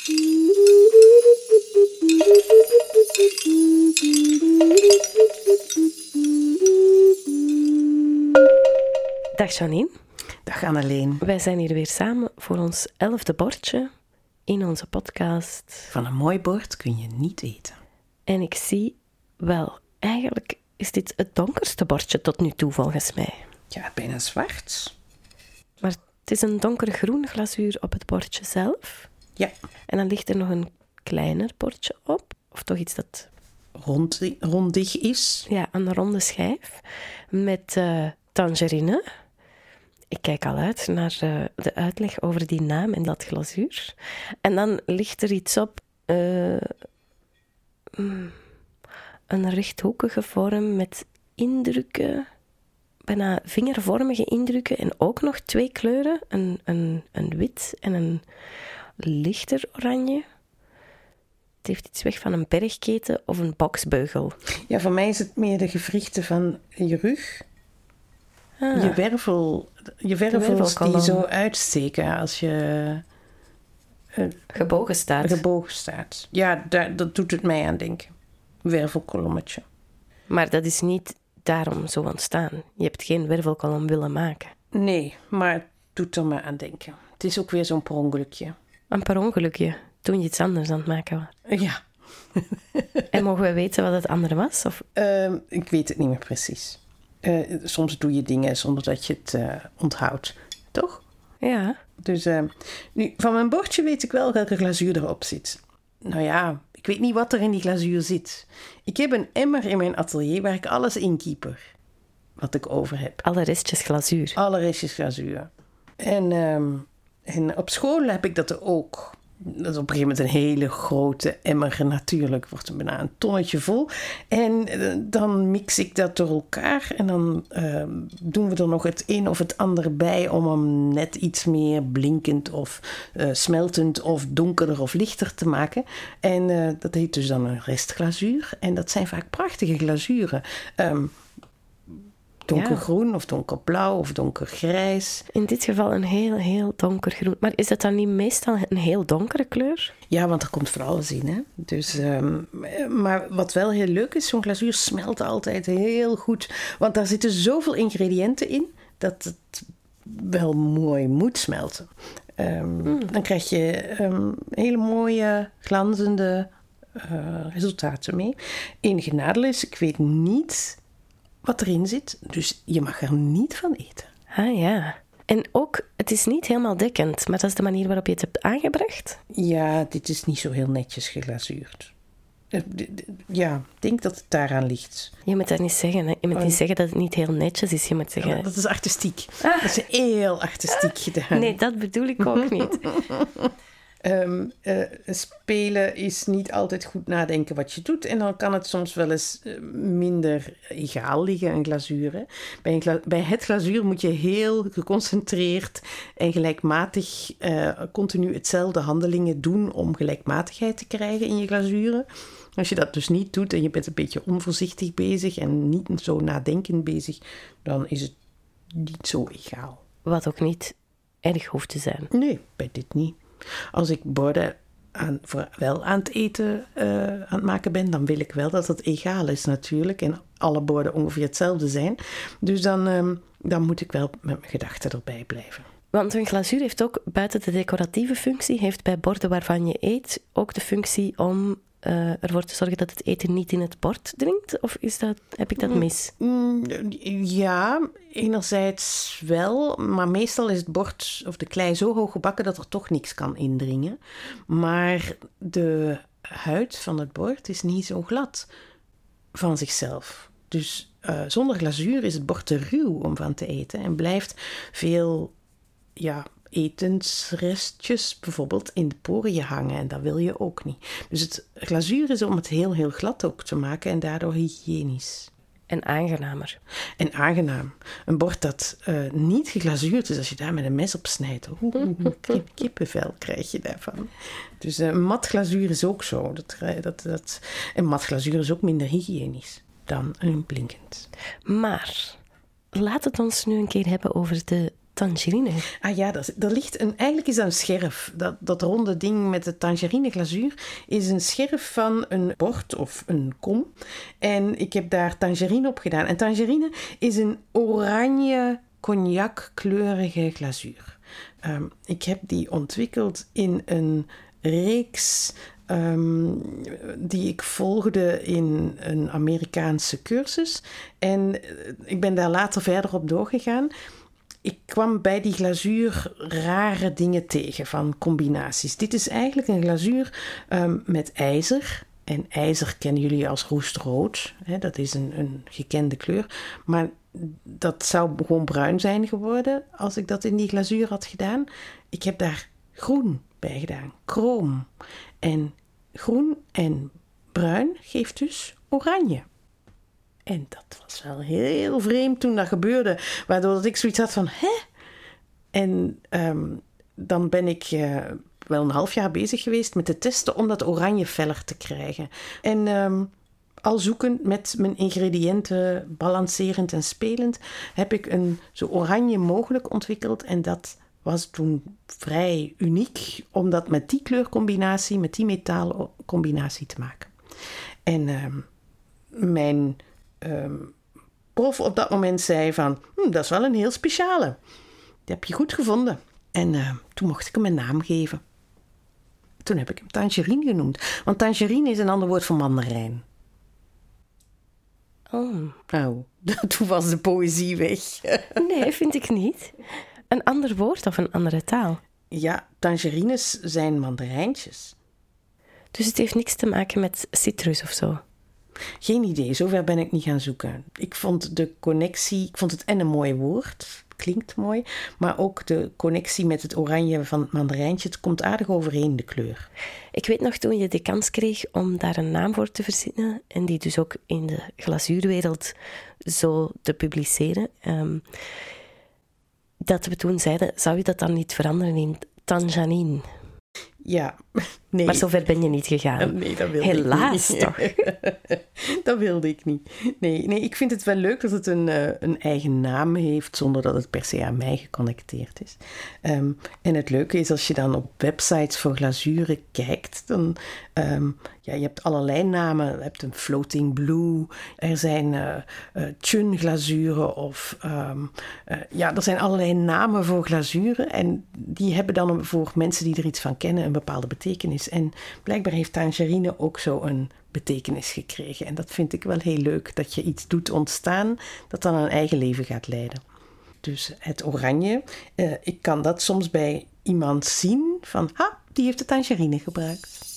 Dag Janine. Dag Anneleen. Wij zijn hier weer samen voor ons 11e bordje in onze podcast. Van een mooi bord kun je niet eten. En ik zie wel, eigenlijk is dit het donkerste bordje tot nu toe volgens mij. Ja, bijna zwart. Maar het is een donkergroen glazuur op het bordje zelf. Ja. En dan ligt er nog een kleiner bordje op. Of toch iets dat... rondig is. Ja, een ronde schijf. Met tangerine. Ik kijk al uit naar de uitleg over die naam en dat glazuur. En dan ligt er iets op. Een rechthoekige vorm met indrukken. Bijna vingervormige indrukken. En ook nog 2 kleuren. Een wit en een lichter oranje. Het heeft iets weg van een bergketen of een boksbeugel. Ja, voor mij is het meer de gewrichten van je rug. Ah. Je wervels die zo uitsteken als je gebogen staat. Ja, dat doet het mij aan denken. Wervelkolommetje. Maar dat is niet daarom zo ontstaan. Je hebt geen wervelkolom willen maken. Nee, maar het doet er maar aan denken. Het is ook weer zo'n per ongelukje. Een per ongelukje, toen je iets anders aan het maken was. Ja. En mogen we weten wat het andere was? Of? Ik weet het niet meer precies. Soms doe je dingen zonder dat je het onthoudt. Toch? Ja. Dus nu, van mijn bordje weet ik wel welke glazuur erop zit. Nou ja, ik weet niet wat er in die glazuur zit. Ik heb een emmer in mijn atelier waar ik alles in kieper. Wat ik over heb. Alle restjes glazuur. Alle restjes glazuur. En op school heb ik dat ook. Dat is op een gegeven moment een hele grote emmer. Natuurlijk wordt er bijna een tonnetje vol. En dan mix ik dat door elkaar. En dan doen we er nog het een of het ander bij. Om hem net iets meer blinkend of smeltend of donkerder of lichter te maken. En dat heet dus dan een restglazuur. En dat zijn vaak prachtige glazuren. Donkergroen of donkerblauw of donkergrijs. In dit geval een heel, heel donkergroen. Maar is dat dan niet meestal een heel donkere kleur? Ja, want er komt van alles in. Hè? Dus, maar wat wel heel leuk is, zo'n glazuur smelt altijd heel goed. Want daar zitten zoveel ingrediënten in dat het wel mooi moet smelten. Dan krijg je hele mooie, glanzende resultaten mee. Enige nadeel is, ik weet niet wat erin zit, dus je mag er niet van eten. Ah ja. En ook, het is niet helemaal dekkend, maar dat is de manier waarop je het hebt aangebracht? Ja, dit is niet zo heel netjes geglazuurd. Ja, ik denk dat het daaraan ligt. Je moet dat niet zeggen, hè. Je moet niet zeggen dat het niet heel netjes is. Je moet zeggen... Ja, dat is artistiek. Dat is heel artistiek gedaan. Nee, dat bedoel ik ook niet. Spelen is niet altijd goed nadenken wat je doet. En dan kan het soms wel eens minder egaal liggen, een glazuur. Hè. Bij het glazuur moet je heel geconcentreerd en gelijkmatig continu hetzelfde handelingen doen om gelijkmatigheid te krijgen in je glazuren. Als je dat dus niet doet en je bent een beetje onvoorzichtig bezig en niet zo nadenkend bezig, dan is het niet zo egaal. Wat ook niet erg hoeft te zijn. Nee, bij dit niet. Als ik borden wel aan het eten aan het maken ben, dan wil ik wel dat het egaal is natuurlijk. En alle borden ongeveer hetzelfde zijn. Dus dan moet ik wel met mijn gedachten erbij blijven. Want een glazuur heeft ook, buiten de decoratieve functie, heeft bij borden waarvan je eet ook de functie om ervoor te zorgen dat het eten niet in het bord dringt? Of heb ik dat mis? Ja, enerzijds wel. Maar meestal is het bord of de klei zo hoog gebakken dat er toch niks kan indringen. Maar de huid van het bord is niet zo glad van zichzelf. Dus zonder glazuur is het bord te ruw om van te eten. En blijft veel etensrestjes bijvoorbeeld in de poriën hangen. En dat wil je ook niet. Dus het glazuur is om het heel, heel glad ook te maken. En daardoor hygiënisch. En aangenamer. En aangenaam. Een bord dat niet geglazuurd is, als je daar met een mes op snijdt. Kippenvel krijg je daarvan. Dus mat glazuur is ook zo. En mat glazuur is ook minder hygiënisch dan een blinkend. Maar laat het ons nu een keer hebben over de tangerine? Ah ja, er ligt eigenlijk is dat een scherf. Dat ronde ding met de tangerine glazuur is een scherf van een bord of een kom. En ik heb daar tangerine op gedaan. En tangerine is een oranje cognac-kleurige glazuur. Ik heb die ontwikkeld in een reeks die ik volgde in een Amerikaanse cursus. En ik ben daar later verder op doorgegaan. Ik kwam bij die glazuur rare dingen tegen van combinaties. Dit is eigenlijk een glazuur met ijzer. En ijzer kennen jullie als roestrood. Hè? Dat is een gekende kleur. Maar dat zou gewoon bruin zijn geworden als ik dat in die glazuur had gedaan. Ik heb daar groen bij gedaan. Chroom. En groen en bruin geeft dus oranje. En dat was wel heel vreemd toen dat gebeurde. Waardoor dat ik zoiets had van, hè? En dan ben ik wel een half jaar bezig geweest met te testen om dat oranje feller te krijgen. En al zoekend met mijn ingrediënten, balancerend en spelend, heb ik een zo oranje mogelijk ontwikkeld. En dat was toen vrij uniek om dat met die kleurcombinatie, met die metaalcombinatie te maken. En mijn prof op dat moment zei van, dat is wel een heel speciale. Die heb je goed gevonden. En toen mocht ik hem een naam geven. Toen heb ik hem tangerine genoemd. Want tangerine is een ander woord voor mandarijn. Oh. Nou, toen was de poëzie weg. Nee, vind ik niet. Een ander woord of een andere taal? Ja, tangerines zijn mandarijntjes. Dus het heeft niks te maken met citrus of zo? Geen idee, zover ben ik niet gaan zoeken. Ik vond de connectie, ik vond het en een mooi woord, klinkt mooi, maar ook de connectie met het oranje van het mandarijntje, het komt aardig overeen, de kleur. Ik weet nog toen je de kans kreeg om daar een naam voor te verzinnen en die dus ook in de glazuurwereld zo te publiceren, dat we toen zeiden, zou je dat dan niet veranderen in tangerine? Ja, nee. Maar zover ben je niet gegaan. Nee, dat wilde Helaas, ik niet. toch? Dat wilde ik niet. Nee, ik vind het wel leuk dat het een eigen naam heeft, zonder dat het per se aan mij geconnecteerd is. En het leuke is, als je dan op websites voor glazuren kijkt, dan je hebt allerlei namen. Je hebt een floating blue, er zijn chun glazuren of er zijn allerlei namen voor glazuren en die hebben dan voor mensen die er iets van kennen een bepaalde betekenis. En blijkbaar heeft tangerine ook zo een betekenis gekregen. En dat vind ik wel heel leuk, dat je iets doet ontstaan dat dan een eigen leven gaat leiden. Dus het oranje, ik kan dat soms bij iemand zien van, die heeft de tangerine gebruikt.